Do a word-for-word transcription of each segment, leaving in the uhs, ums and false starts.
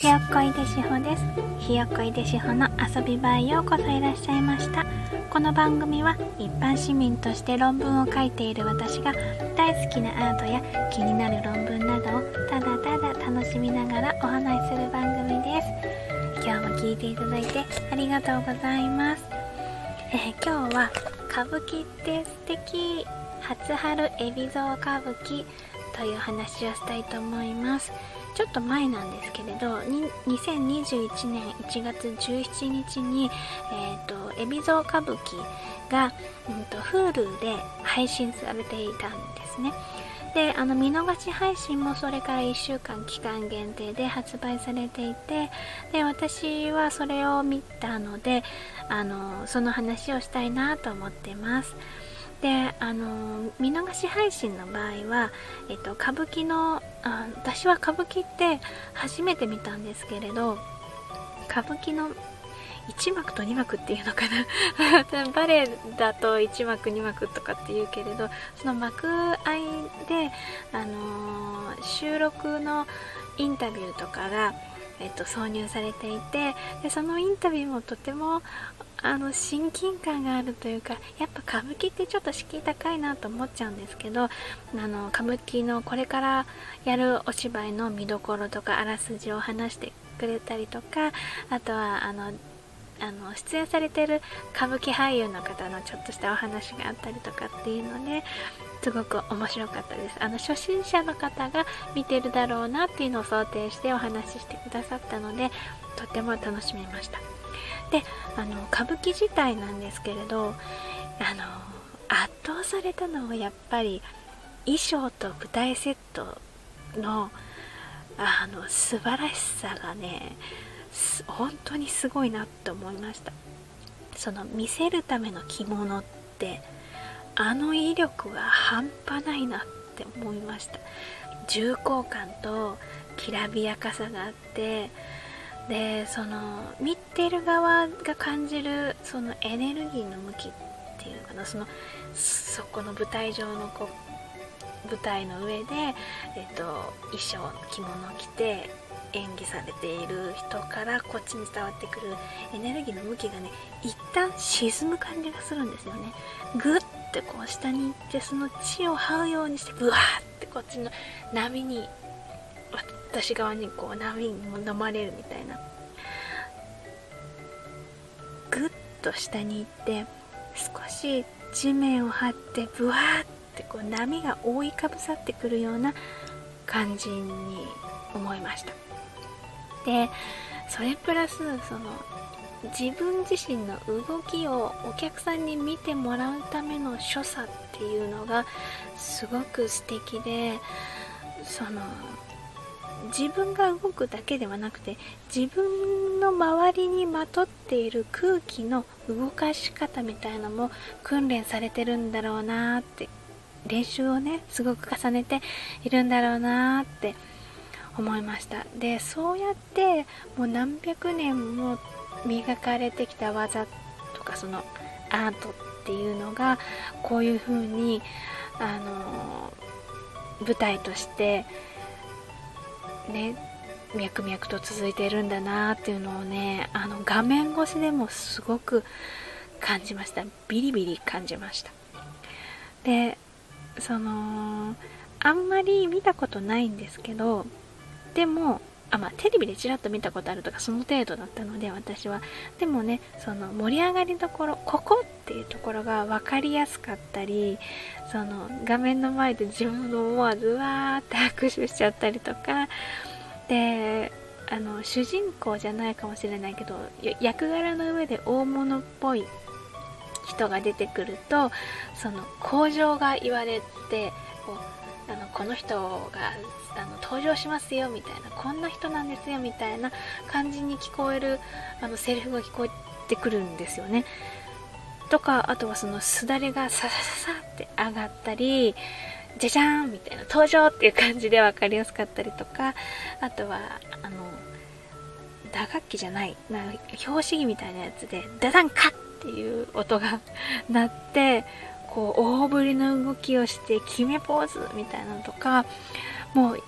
よっこいでしほです。ひよっこいでしほの遊び場へようこそいらっしゃいました。この番組は一般市民として論文を書いている私が大好きなアートや気になる論文などをただただ楽しみながらお話しする番組です。今日も聞いていただいてありがとうございます。えー、今日は歌舞伎って素敵初春海老蔵歌舞伎という話をしたいと思います。ちょっと前なんですけれどにせんにじゅういちねんいちがつじゅうしちにちに、えー、と海老蔵歌舞伎が、うん、と Hulu で配信されていたんですね。で、あの見逃し配信もそれからいっしゅうかん期間限定で発売されていて、で私はそれを見たのであのその話をしたいなと思ってます。で、あの見逃し配信の場合は、えっと、歌舞伎のあ私は歌舞伎って初めて見たんですけれど、歌舞伎のいちまくとにまくっていうのかなバレエだといちまくにまくとかっていうけれど、その幕間で、あのー、収録のインタビューとかが、えっと、挿入されていて、でそのインタビューもとてもあの親近感があるというか、やっぱ歌舞伎ってちょっと敷居高いなと思っちゃうんですけど、あの歌舞伎のこれからやるお芝居の見どころとかあらすじを話してくれたりとか、あとはあのあの出演されている歌舞伎俳優の方のちょっとしたお話があったりとかっていうのですごく面白かったです。あの初心者の方が見てるだろうなっていうのを想定してお話ししてくださったので、とても楽しめました。で、あの歌舞伎自体なんですけれど、あの圧倒されたのはやっぱり衣装と舞台セットのあの素晴らしさがね、本当にすごいなと思いました。その見せるための着物ってあの威力は半端ないなって思いました。重厚感ときらびやかさがあって、でその見てる側が感じるそのエネルギーの向きっていうかな、そのそこの舞台上のこう舞台の上で、えっと、衣装着物を着て演技されている人からこっちに伝わってくるエネルギーの向きがね、一旦沈む感じがするんですよね。ぐってこう下に行って、その地を這うようにしてブワーってこっちの波に、私側にこう波に飲まれるみたいな、ぐっと下に行って少し地面を張ってブワーってこう波が覆いかぶさってくるような感じに思いました。でそれプラスその自分自身の動きをお客さんに見てもらうための所作っていうのがすごく素敵で、その自分が動くだけではなくて自分の周りにまとっている空気の動かし方みたいなのも訓練されてるんだろうなって、練習をねすごく重ねているんだろうなって思いました。でそうやってもう何百年も磨かれてきた技とかそのアートっていうのがこういう風にあの舞台としてね脈々と続いているんだなっていうのをね、あの画面越しでもすごく感じました。ビリビリ感じました。でそのあんまり見たことないんですけど、でもあ、まあ、テレビでちらっと見たことあるとかその程度だったので私は、でもねその盛り上がりどころ、ここっていうところが分かりやすかったり、その画面の前で自分の思わずわーって拍手しちゃったりとかで、あの主人公じゃないかもしれないけど役柄の上で大物っぽい人が出てくると、その向上が言われて、こうあのこの人があの登場しますよみたいな、こんな人なんですよみたいな感じに聞こえるあのセリフが聞こえてくるんですよね。とか、あとはそのすだれがササササって上がったり、じゃじゃーんみたいな登場っていう感じで分かりやすかったりとか、あとはあの打楽器じゃないな、拍子木みたいなやつでダダンカッっていう音が鳴って、こう大振りの動きをして決めポーズみたいなのとか、もう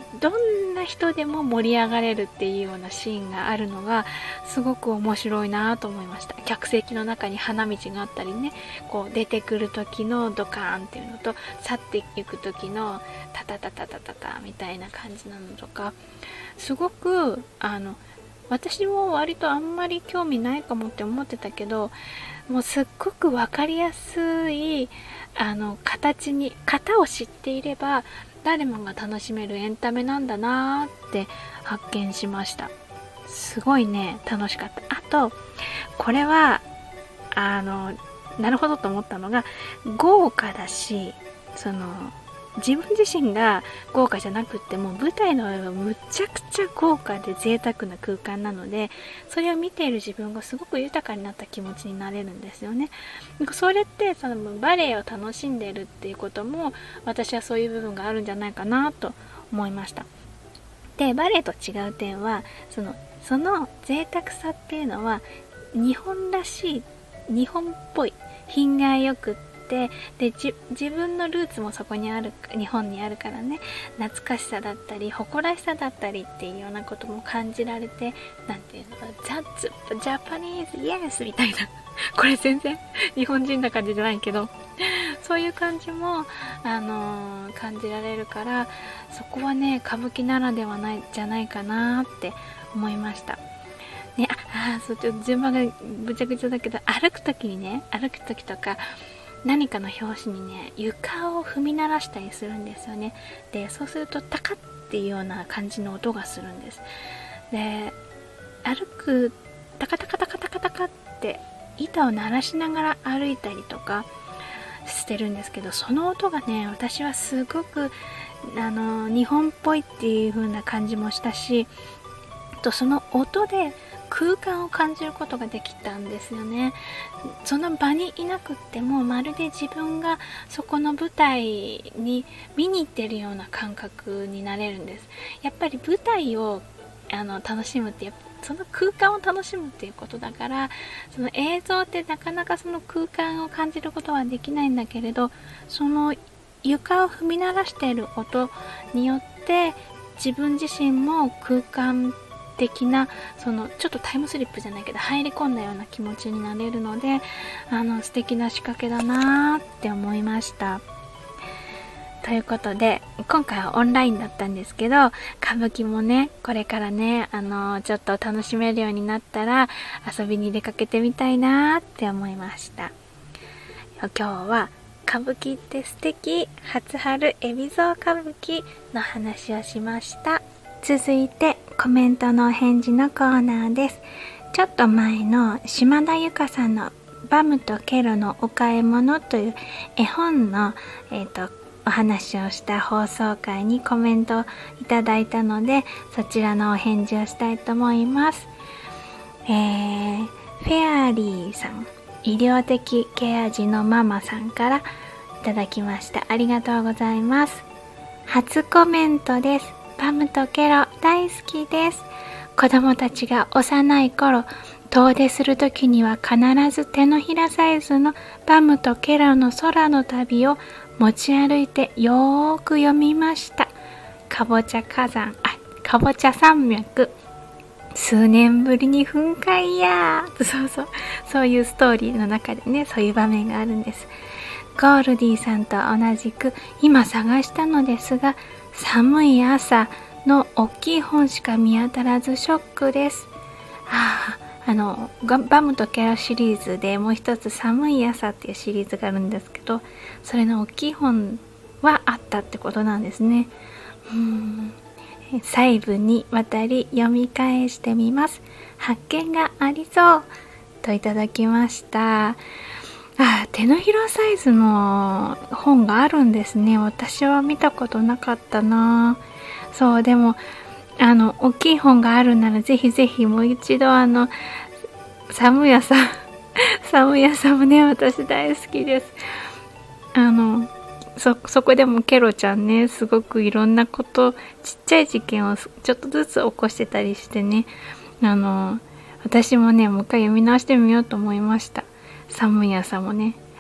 どんな人でも盛り上がれるっていうようなシーンがあるのがすごく面白いなと思いました。客席の中に花道があったりね、こう出てくる時のドカーンっていうのと去っていく時のタタタタタタタみたいな感じなのとか、すごくあの私も割とあんまり興味ないかもって思ってたけど、もうすっごく分かりやすいあの形に、型を知っていれば誰もが楽しめるエンタメなんだなーって発見しました。すごいね、楽しかった。あとこれはあのなるほどと思ったのが、豪華だし、その自分自身が豪華じゃなくっても舞台の上はむちゃくちゃ豪華で贅沢な空間なので、それを見ている自分がすごく豊かになった気持ちになれるんですよね。それってそのバレエを楽しんでるっていうことも、私はそういう部分があるんじゃないかなと思いました。で、バレエと違う点はそのその贅沢さっていうのは日本らしい、日本っぽい、品がよくってで自分のルーツもそこにある、日本にあるからね、懐かしさだったり誇らしさだったりっていうようなことも感じられて、なんていうのか、ザ・ジャパニーズイエスみたいなこれ全然日本人な感じじゃないけど、そういう感じも、あのー、感じられるから、そこはね歌舞伎ならではないじゃないかなって思いましたね。ああ、そう、ちょっと順番がぐちゃぐちゃだけど、歩くときにね、歩くときとか何かの拍子にね、床を踏み鳴らしたりするんですよね。で、そうするとタカッっていうような感じの音がするんです。で、歩くタカタカタカタカタカって板を鳴らしながら歩いたりとかしてるんですけど、その音がね、私はすごくあの日本っぽいっていう風な感じもしたし、とその音で空間を感じることができたんですよね。その場にいなくっても、まるで自分がそこの舞台に見に行ってるような感覚になれるんです。やっぱり舞台をあの楽しむって、その空間を楽しむっていうことだから、その映像ってなかなかその空間を感じることはできないんだけれど、その床を踏み鳴らしている音によって自分自身も空間的な、そのちょっとタイムスリップじゃないけど入り込んだような気持ちになれるので、あの素敵な仕掛けだなーって思いました。ということで、今回はオンラインだったんですけど、歌舞伎もね、これからね、あのちょっと楽しめるようになったら遊びに出かけてみたいなーって思いました。今日は歌舞伎って素敵、初春海老蔵歌舞伎の話をしました。続いてコメントのお返事のコーナーです。ちょっと前の島田由香さんのバムとケロのお買い物という絵本の、えーと、お話をした放送回にコメントをいただいたので、そちらのお返事をしたいと思います。えー、フェアリーさん、医療的ケア児のママさんからいただきました。ありがとうございます。初コメントです。バムとケロ大好きです。子供たちが幼い頃、遠出するときには必ず手のひらサイズのバムとケロの空の旅を持ち歩いてよーく読みました。かぼちゃ火山、あ、かぼちゃ山脈、数年ぶりに噴火やー。そうそう、そういうストーリーの中でね、そういう場面があるんです。ゴールディさんと同じく今探したのですが、寒い朝の大きい本しか見当たらずショックです。はあ、あのバムとケロシリーズでもう一つ寒い朝っていうシリーズがあるんですけど、それの大きい本はあったってことなんですね。うーん、細部にわたり読み返してみます。発見がありそうといただきました。あ、手のひらサイズの本があるんですね。私は見たことなかったな。そう、でもあの大きい本があるならぜひぜひもう一度、あの寒い朝寒い朝もね、私大好きです。あのそそこでもケロちゃんね、すごくいろんなこと、ちっちゃい事件をちょっとずつ起こしてたりしてね、あの私もね、もう一回読み直してみようと思いました。寒い朝もね。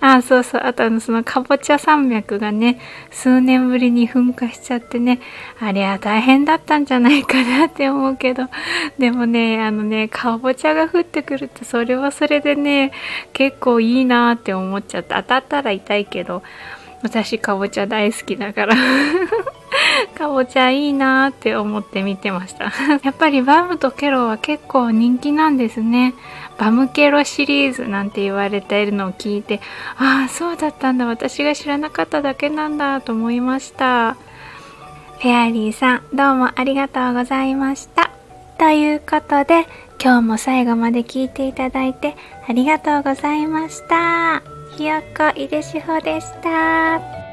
あ、そうそう。あとあの、そのかぼちゃ山脈がね、数年ぶりに噴火しちゃってね、あれは大変だったんじゃないかなって思うけど、でもね、あのね、かぼちゃが降ってくると、それはそれでね、結構いいなって思っちゃって、当たったら痛いけど、私かぼちゃ大好きだから。かぼちゃいいなーって思って見てました。やっぱりバムとケロは結構人気なんですね。バムケロシリーズなんて言われているのを聞いて、ああそうだったんだ、私が知らなかっただけなんだと思いました。フェアリーさん、どうもありがとうございました。ということで、今日も最後まで聞いていただいてありがとうございました。ひよこいでしほでした。